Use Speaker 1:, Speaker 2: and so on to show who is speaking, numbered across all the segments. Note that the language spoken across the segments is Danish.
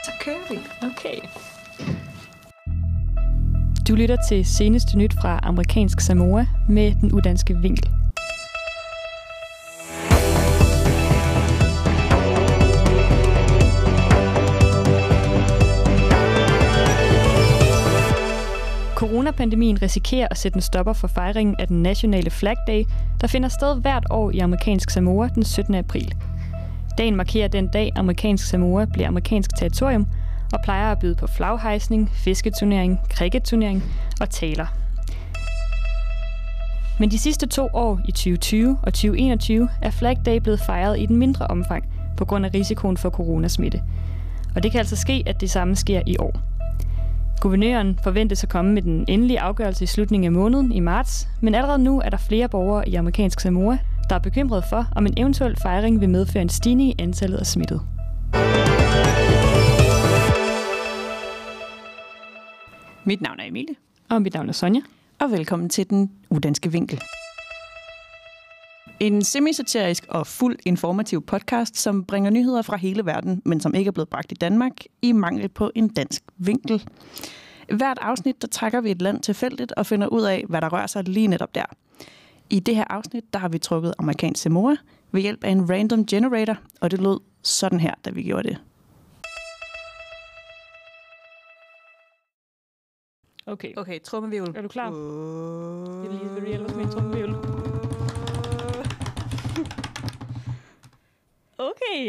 Speaker 1: Så kører vi.
Speaker 2: Okay. Du lytter til seneste nyt fra amerikansk Samoa med den udanske vinkel. Coronapandemien risikerer at sætte en stopper for fejringen af den nationale Flag Day, der finder sted hvert år i amerikansk Samoa den 17. april. Dagen markerer den dag, amerikansk Samoa bliver amerikansk territorium, og plejer at byde på flaghejsning, fisketurnering, cricketturnering og taler. Men de sidste 2 år, i 2020 og 2021, er Flag Day blevet fejret i den mindre omfang på grund af risikoen for coronasmitte. Og det kan altså ske, at det samme sker i år. Guvernøren forventes at komme med den endelige afgørelse i slutningen af måneden i marts, men allerede nu er der flere borgere i amerikansk Samoa, der er bekymret for, om en eventuel fejring vil medføre en stigning i antallet af smittede.
Speaker 1: Mit navn er Emilie.
Speaker 2: Og mit navn er Sonja.
Speaker 1: Og velkommen til den udanske vinkel. En semisatirisk og fuldt informativ podcast, som bringer nyheder fra hele verden, men som ikke er blevet bragt i Danmark, i mangel på en dansk vinkel. Hvert afsnit, der trækker vi et land tilfældigt og finder ud af, hvad der rører sig lige netop der. I det her afsnit, der har vi trukket amerikansk Samoa ved hjælp af en random generator, og det lød sådan her, da vi gjorde det.
Speaker 2: Okay,
Speaker 1: trommevirvel.
Speaker 2: er du klar? Vil du hjælpe os med en trommevirvel? Okay.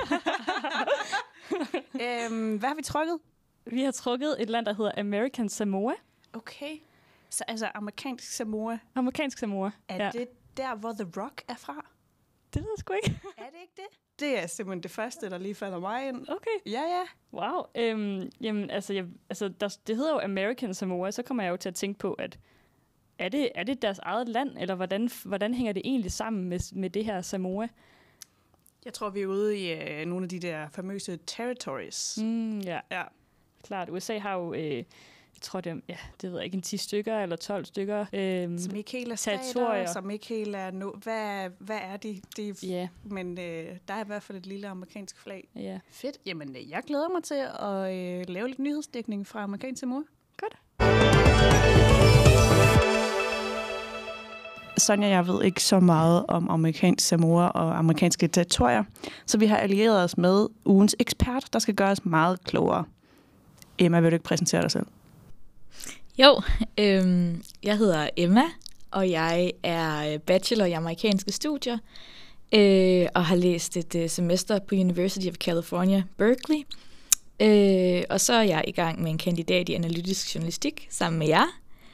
Speaker 1: Hvad har vi trukket?
Speaker 2: Vi har trukket et land, der hedder American Samoa.
Speaker 1: Okay. Så altså amerikansk Samoa.
Speaker 2: Amerikansk Samoa.
Speaker 1: Er det der, hvor The Rock er fra?
Speaker 2: Det ved jeg sgu ikke.
Speaker 1: Er det ikke det? Det er simpelthen det første, der lige falder mig ind.
Speaker 2: Okay.
Speaker 1: Ja.
Speaker 2: Wow. Jamen, det hedder jo American Samoa, så kommer jeg jo til at tænke på, at er det deres eget land, eller hvordan hænger det egentlig sammen med det her Samoa?
Speaker 1: Jeg tror, vi er ude i nogle af de der famøse territories.
Speaker 2: Ja, klart. USA har jo, jeg tror det ved jeg ikke, en 10 stykker eller 12 stykker
Speaker 1: som ikke helt er
Speaker 2: territorier.
Speaker 1: Stater, som ikke helt er hvad er de? Men der er i hvert fald et lille amerikansk flag.
Speaker 2: Ja.
Speaker 1: Fedt. Jamen, jeg glæder mig til at lave lidt nyhedsdækning fra amerikansk Samoa.
Speaker 2: Godt.
Speaker 1: Sonja, jeg ved ikke så meget om amerikansk Samoa og amerikanske territorier, så vi har allieret os med ugens ekspert, der skal gøre os meget klogere. Emma, vil du ikke præsentere dig selv?
Speaker 3: Jo, jeg hedder Emma, og jeg er bachelor i amerikanske studier, og har læst et semester på University of California, Berkeley. Og så er jeg i gang med en kandidat i analytisk journalistik sammen med jer.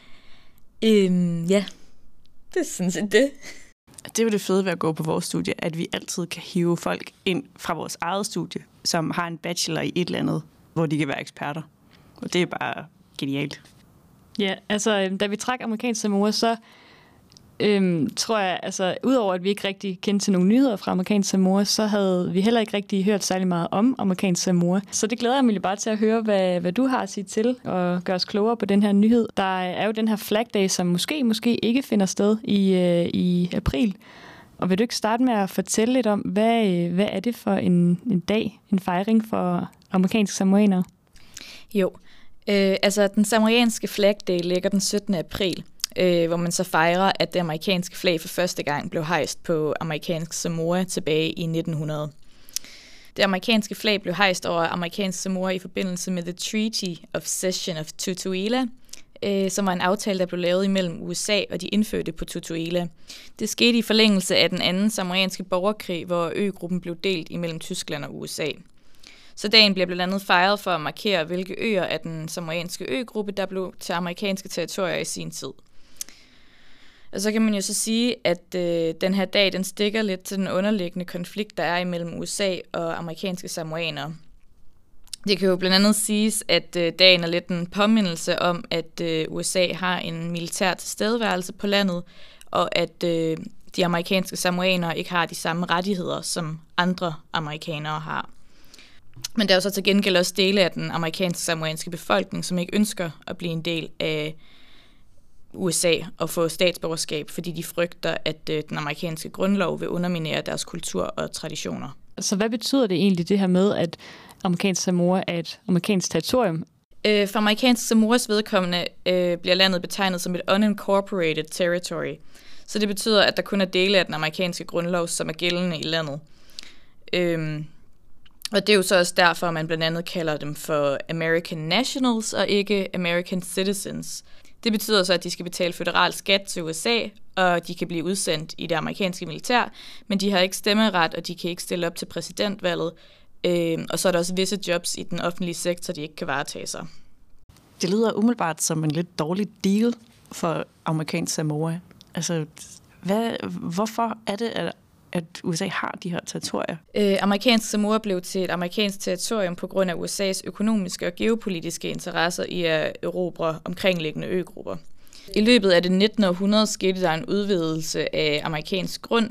Speaker 3: Det er sådan set det.
Speaker 1: Det er jo det fede ved at gå på vores studie, at vi altid kan hive folk ind fra vores eget studie, som har en bachelor i et eller andet, hvor de kan være eksperter. Og det er bare genialt.
Speaker 2: Ja, altså da vi trak amerikansk Samoa, så tror jeg, altså udover at vi ikke rigtig kendte til nogle nyheder fra amerikansk Samoa, så havde vi heller ikke rigtig hørt særlig meget om amerikansk Samoa. Så det glæder jeg mig bare til at høre, hvad du har at sige til, og gøre os klogere på den her nyhed. Der er jo den her Flag Day, som måske ikke finder sted i april. Og vil du ikke starte med at fortælle lidt om, hvad er det for en dag, en fejring for amerikanske samoanere?
Speaker 3: Jo, altså den samoanske Flag Day ligger den 17. april. Hvor man så fejrer, at det amerikanske flag for første gang blev hejst på amerikansk Samoa tilbage i 1900. Det amerikanske flag blev hejst over amerikansk Samoa i forbindelse med The Treaty of Cession of Tutuila, som var en aftale, der blev lavet imellem USA og de indfødte på Tutuila. Det skete i forlængelse af den anden samoanske borgerkrig, hvor øgruppen blev delt imellem Tyskland og USA. Så dagen bliver blandt andet fejret for at markere, hvilke øer af den samoanske øgruppe, der blev til amerikanske territorier i sin tid. Og så kan man jo så sige, at den her dag, den stikker lidt til den underliggende konflikt, der er imellem USA og amerikanske samoanere. Det kan jo blandt andet siges, at dagen er lidt en påmindelse om, at USA har en militær tilstedeværelse på landet, og at de amerikanske samoanere ikke har de samme rettigheder, som andre amerikanere har. Men der er jo så til gengæld også dele af den amerikanske samoanske befolkning, som ikke ønsker at blive en del af USA og få statsborgerskab, fordi de frygter, at den amerikanske grundlov vil underminere deres kultur og traditioner.
Speaker 2: Så hvad betyder det egentlig det her med, amerikansk Samoa er et amerikansk territorium.
Speaker 3: For amerikansk Samoas vedkommende bliver landet betegnet som et unincorporated territory. Så det betyder, at der kun er dele af den amerikanske grundlov, som er gældende i landet. Og det er jo så også derfor, man blandt andet kalder dem for American Nationals og ikke American Citizens. Det betyder så, at de skal betale føderal skat til USA, og de kan blive udsendt i det amerikanske militær, men de har ikke stemmeret, og de kan ikke stille op til præsidentvalget. Og så er der også visse jobs i den offentlige sektor, de ikke kan varetage sig.
Speaker 1: Det lyder umiddelbart som en lidt dårlig deal for amerikansk Samoa. Altså, hvorfor er det, at USA har de her territorier?
Speaker 3: Amerikansk Samoa blev til et amerikansk territorium på grund af USA's økonomiske og geopolitiske interesser i at erobre omkringliggende øgrupper. I løbet af det 19. århundrede skete der en udvidelse af amerikansk grund,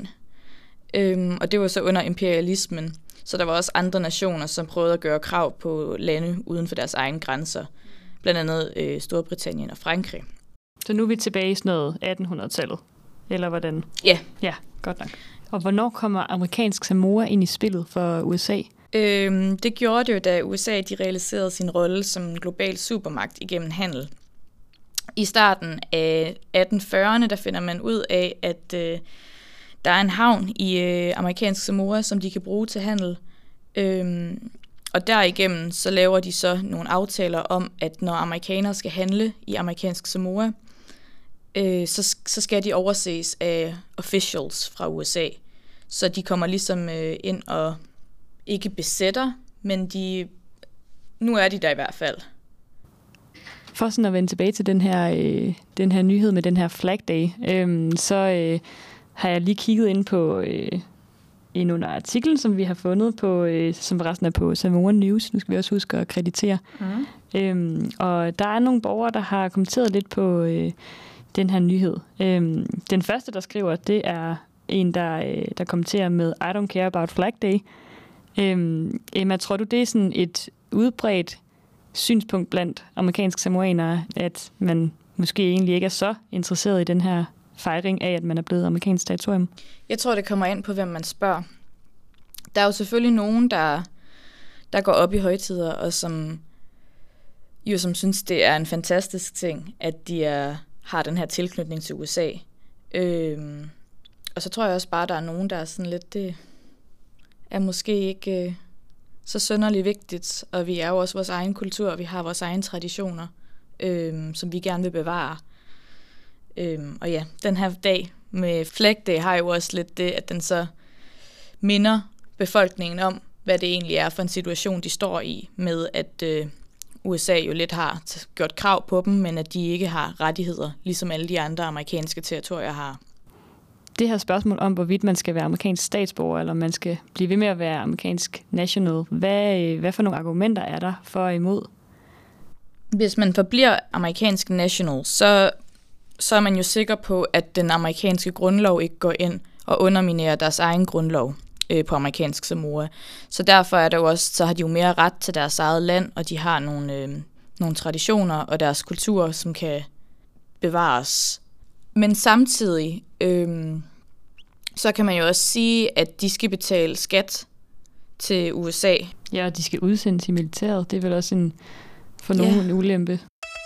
Speaker 3: og det var så under imperialismen. Så der var også andre nationer, som prøvede at gøre krav på lande uden for deres egne grænser. Blandt andet Storbritannien og Frankrig.
Speaker 2: Så nu er vi tilbage i sådan noget 1800-tallet, eller hvordan?
Speaker 3: Ja.
Speaker 2: Ja, godt nok. Og hvornår kommer amerikansk Samoa ind i spillet for USA?
Speaker 3: Det gjorde det jo, da USA de realiserede sin rolle som en global supermagt igennem handel. I starten af 1840'erne, der finder man ud af, at der er en havn i amerikansk Samoa, som de kan bruge til handel. Og derigennem så laver de så nogle aftaler om, at når amerikanere skal handle i amerikansk Samoa, så skal de overses af officials fra USA. Så de kommer ligesom ind og ikke besætter, men nu er de der i hvert fald.
Speaker 2: For sådan at vende tilbage til den her nyhed med den her Flag Day, så har jeg lige kigget ind på en under artiklen, som vi har fundet på, som forresten er på Samoa News. Nu skal vi også huske at kreditere. Og der er nogle borgere, der har kommenteret lidt på den her nyhed. Den første, der skriver, det er en, der kommenterer med I don't care about Flag Day. Emma, tror du, det er sådan et udbredt synspunkt blandt amerikanske samoanere, at man måske egentlig ikke er så interesseret i den her fejring af, at man er blevet amerikansk territorium?
Speaker 3: Jeg tror, det kommer ind på, hvem man spørger. Der er jo selvfølgelig nogen, der går op i højtider, og som synes, det er en fantastisk ting, at de har den her tilknytning til USA. Og så tror jeg også bare, der er nogen, der er sådan lidt, det er måske ikke så synderligt vigtigt, og vi er jo også vores egen kultur, og vi har vores egne traditioner, som vi gerne vil bevare. Og ja, den her dag med Flag Day har jo også lidt det, at den så minder befolkningen om, hvad det egentlig er for en situation, de står i, med at USA jo lidt har gjort krav på dem, men at de ikke har rettigheder, ligesom alle de andre amerikanske territorier har.
Speaker 2: Det her spørgsmål om, hvorvidt man skal være amerikansk statsborger, eller man skal blive ved med at være amerikansk national, hvad for nogle argumenter er der for og imod?
Speaker 3: Hvis man forbliver amerikansk national, så er man jo sikker på, at den amerikanske grundlov ikke går ind og underminerer deres egen grundlov på amerikansk Samoa. Så derfor er det jo også, så har de jo mere ret til deres eget land, og de har nogle traditioner og deres kultur, som kan bevares. Men samtidig, så kan man jo også sige, at de skal betale skat til USA.
Speaker 2: Ja, og de skal udsendes i militæret. Det er vel også for nogen en ulempe.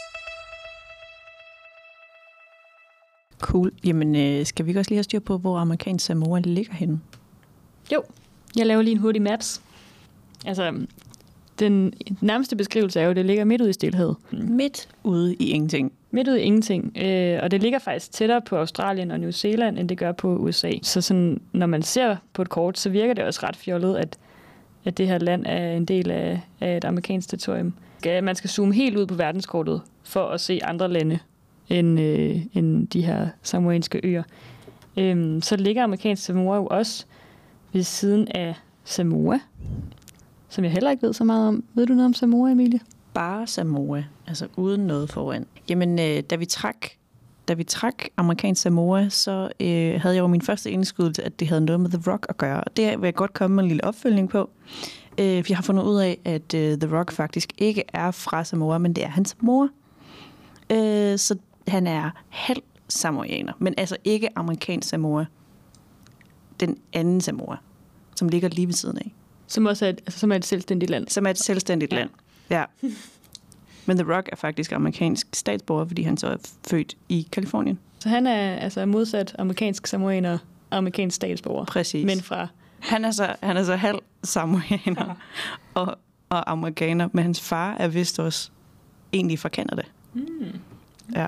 Speaker 1: Cool. Jamen, skal vi ikke også lige have styr på, hvor amerikansk Samoa ligger henne?
Speaker 2: Jo, jeg laver lige en hurtig maps. Altså, den nærmeste beskrivelse er jo, at det ligger midt ude i Stillehavet.
Speaker 1: Midt ude i ingenting.
Speaker 2: Midt ude i ingenting. Og det ligger faktisk tættere på Australien og New Zealand, end det gør på USA. Så sådan, når man ser på et kort, så virker det også ret fjollet, at det her land er en del af et amerikansk territorium. Man skal zoome helt ud på verdenskortet for at se andre lande end de her samoanske øer. Så ligger amerikansk Samoa jo også ved siden af Samoa, som jeg heller ikke ved så meget om. Ved du noget om Samoa, Emilie?
Speaker 1: Bare Samoa, altså uden noget foran. Jamen, da vi trak amerikansk Samoa, så havde jeg jo min første indskydelse, at det havde noget med The Rock at gøre. Og det vil jeg godt komme med en lille opfølgning på. For jeg har fundet ud af, at The Rock faktisk ikke er fra Samoa, men det er hans mor. Så han er halv samoaner, men altså ikke amerikansk Samoa. Den anden Samoa, som ligger lige ved siden af.
Speaker 2: Som også er som er et selvstændigt land.
Speaker 1: Som er et selvstændigt land, ja. Men The Rock er faktisk amerikansk statsborger, fordi han så er født i Kalifornien.
Speaker 2: Så han er altså modsat amerikansk samoaner, amerikansk statsborger.
Speaker 1: Præcis.
Speaker 2: Men fra...
Speaker 1: Han er så halv samoaner og amerikaner, men hans far er vist også egentlig fra Canada.
Speaker 2: Okay.
Speaker 1: Ja.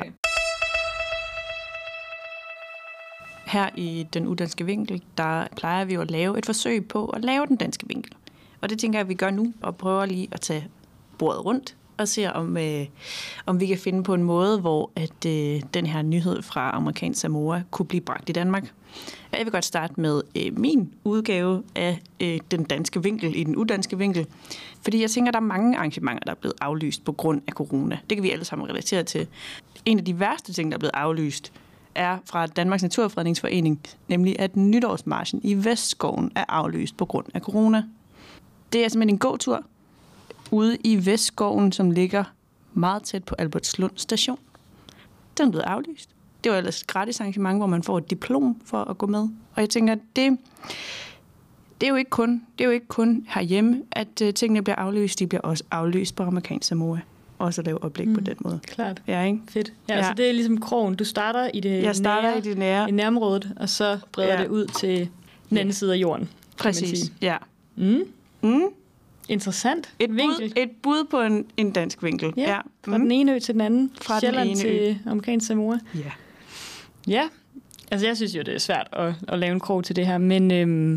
Speaker 1: Her i Den Udanske Vinkel, der plejer vi jo at lave et forsøg på at lave den danske vinkel. Og det tænker jeg, at vi gør nu, og prøver lige at tage bordet rundt og se, om vi kan finde på en måde, hvor at den her nyhed fra amerikansk Samoa kunne blive bragt i Danmark. Jeg vil godt starte med min udgave af den danske vinkel i Den Udanske Vinkel. Fordi jeg tænker, at der er mange arrangementer, der er blevet aflyst på grund af corona. Det kan vi alle sammen relatere til. En af de værste ting, der er blevet aflyst, er fra Danmarks Naturfredningsforening, nemlig at nytårsmarchen i Vestskoven er aflyst på grund af corona. Det er simpelthen en gåtur ude i Vestskoven, som ligger meget tæt på Albertslund station. Den er blevet aflyst. Det var ellers et gratis arrangement, hvor man får et diplom for at gå med. Og jeg tænker, det er jo ikke kun herhjemme, at tingene bliver aflyst. De bliver også aflyst på amerikansk Samoa. Også at lave oplæg på den måde.
Speaker 2: Klart.
Speaker 1: Ja, ikke?
Speaker 2: Fedt. Ja, ja. Så det er ligesom krogen. Du starter i det
Speaker 1: nære.
Speaker 2: I nærområdet, og så breder det ud til den anden side af jorden.
Speaker 1: Præcis, ja.
Speaker 2: Interessant.
Speaker 1: Et bud på en dansk vinkel.
Speaker 2: Ja. Fra den ene ø til den anden.
Speaker 1: Fra
Speaker 2: Sjælland til amerikansk Samoa.
Speaker 1: Ja.
Speaker 2: Ja. Altså, jeg synes jo, det er svært at lave en krog til det her, men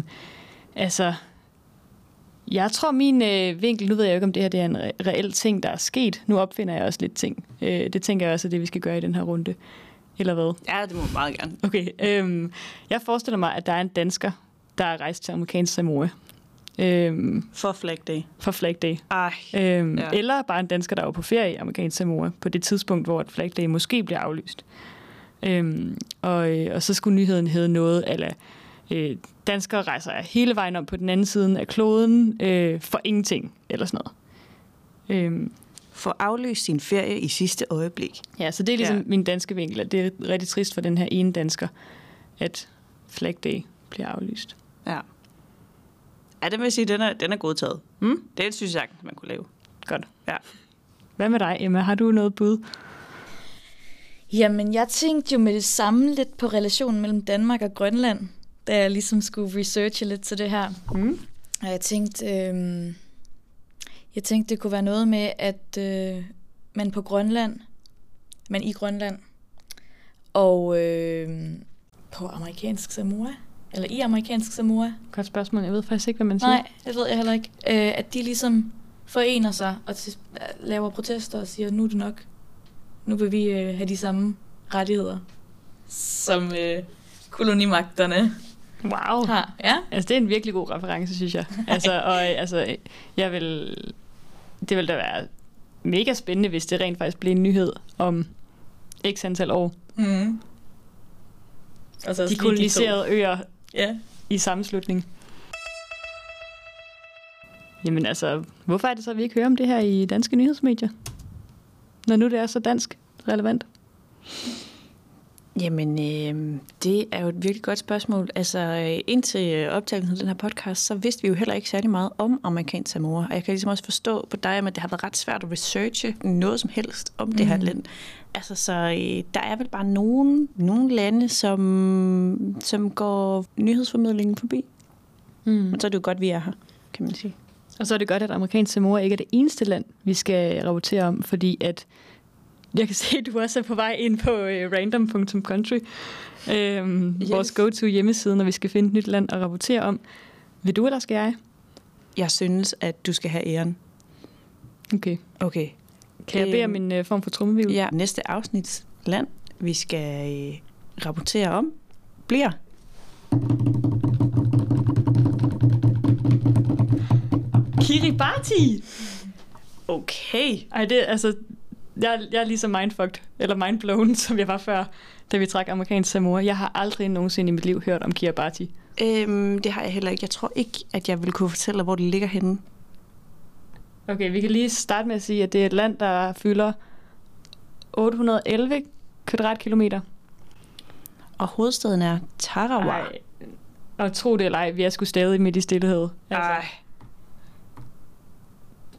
Speaker 2: jeg tror, min vinkel, nu ved jeg jo ikke, om det her det er en reel ting, der er sket. Nu opfinder jeg også lidt ting. Det tænker jeg også er det, vi skal gøre i den her runde. Eller hvad?
Speaker 1: Ja, det må jeg meget gerne.
Speaker 2: Okay. Jeg forestiller mig, at der er en dansker, der er rejst til amerikansk Samoa.
Speaker 1: For Flag Day.
Speaker 2: For Flag Day. Eller bare en dansker, der var på ferie i amerikansk Samoa på det tidspunkt, hvor Flag Day måske bliver aflyst. Og så skulle nyheden hedde noget eller danskere rejser hele vejen om på den anden side af kloden for ingenting, eller sådan noget.
Speaker 1: For aflyst sin ferie i sidste øjeblik.
Speaker 2: Ja, så det er ligesom min danske vinkel, at det er rigtig trist for den her ene dansker, at Flag Day bliver aflyst.
Speaker 1: Ja. Ja, det vil sige, den er godtaget. Det synes jeg, man kunne lave.
Speaker 2: Godt.
Speaker 1: Ja.
Speaker 2: Hvad med dig, Emma? Har du noget bud?
Speaker 3: Jamen, jeg tænkte jo med det samme lidt på relationen mellem Danmark og Grønland, da jeg ligesom skulle researche lidt til det her. Og jeg tænkte, det kunne være noget med, at man i Grønland og på amerikansk Samoa, eller i amerikansk Samoa.
Speaker 2: Godt spørgsmål. Jeg ved faktisk ikke, hvad man siger.
Speaker 3: Nej, det ved jeg heller ikke. At de ligesom forener sig og laver protester og siger, nu er det nok. Nu vil vi have de samme rettigheder, som kolonimagterne har. Ja?
Speaker 2: Altså, det er en virkelig god reference, synes jeg. Det vil da være mega spændende, hvis det rent faktisk bliver en nyhed om x antal år. Altså de koloniserede øer i sammenslutning. Jamen altså, hvorfor er det så, at vi ikke hører om det her i danske nyhedsmedier? Når nu det er så dansk relevant?
Speaker 1: Jamen, det er jo et virkelig godt spørgsmål. Altså, indtil optagelsen af den her podcast, så vidste vi jo heller ikke særlig meget om amerikansk Samoa. Og jeg kan ligesom også forstå på dig, at det har været ret svært at researche noget som helst om det her land. Altså, så der er vel bare nogle lande, som går nyhedsformidlingen forbi. Men så er det jo godt, vi er her, kan man sige.
Speaker 2: Og så er det godt, at amerikansk Samoa ikke er det eneste land, vi skal rapportere om, fordi at jeg kan se, at du også er på vej ind på random.country, vores go-to hjemmeside, når vi skal finde et nyt land at rapportere om. Vil du, eller skal jeg?
Speaker 1: Jeg synes, at du skal have æren.
Speaker 2: Okay. Kan jeg bede om en form for trommevirvel?
Speaker 1: Ja, næste afsnits land, vi skal rapportere om, bliver
Speaker 2: Kiribati!
Speaker 1: Okay.
Speaker 2: Ej, det altså... Jeg er lige så mindfucked, eller mindblown, som jeg var før, da vi trak amerikansk Samoa. Jeg har aldrig nogensinde i mit liv hørt om Kiribati.
Speaker 1: Det har jeg heller ikke. Jeg tror ikke, at jeg vil kunne fortælle, hvor det ligger henne.
Speaker 2: Okay, vi kan lige starte med at sige, at det er et land, der fylder 811 kvadratkilometer.
Speaker 1: Og hovedstaden er Tarawa.
Speaker 2: Og tro det eller ej, vi er sgu stadig midt i stillhed.
Speaker 1: Altså.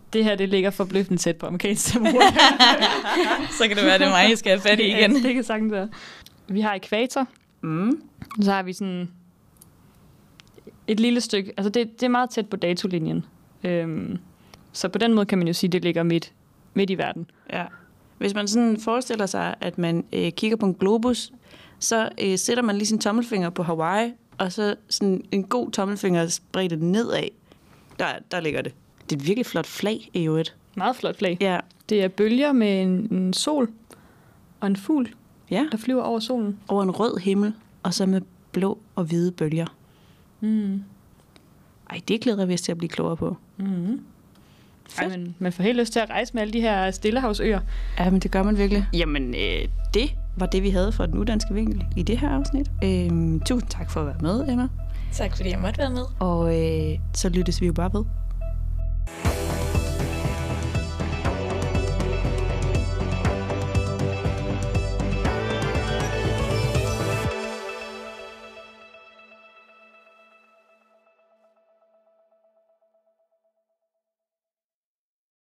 Speaker 2: Det her, det ligger forbløffende tæt på amerikansk Samoa.
Speaker 3: Så kan det være, det er mig, jeg skal have fat i igen.
Speaker 2: Ja, det kan sagtens være. Vi har ekvator. Så har vi sådan et lille stykke. Altså, det er meget tæt på datolinjen. Så på den måde kan man jo sige, at det ligger midt i verden.
Speaker 1: Ja. Hvis man sådan forestiller sig, at man kigger på en globus, så sætter man lige sin tommelfinger på Hawaii, og så sådan en god tommelfinger spredt det nedad. Der ligger det. Det er et virkelig flot flag, i øvrigt.
Speaker 2: Meget flot flag.
Speaker 1: Ja.
Speaker 2: Det er bølger med en sol og en fugl, der flyver over solen.
Speaker 1: Over en rød himmel, og så med blå og hvide bølger. Ej, det glæder jeg vist til at blive klogere på.
Speaker 2: Ej, men man får helt lyst til at rejse med alle de her stillehavsøer.
Speaker 1: Ja, men det gør man virkelig. Jamen, det var det, vi havde for den uddanske vinkel i det her afsnit. Tusind tak for at være med, Emma.
Speaker 3: Tak fordi jeg måtte være med.
Speaker 1: Og så lyttes vi jo bare ved.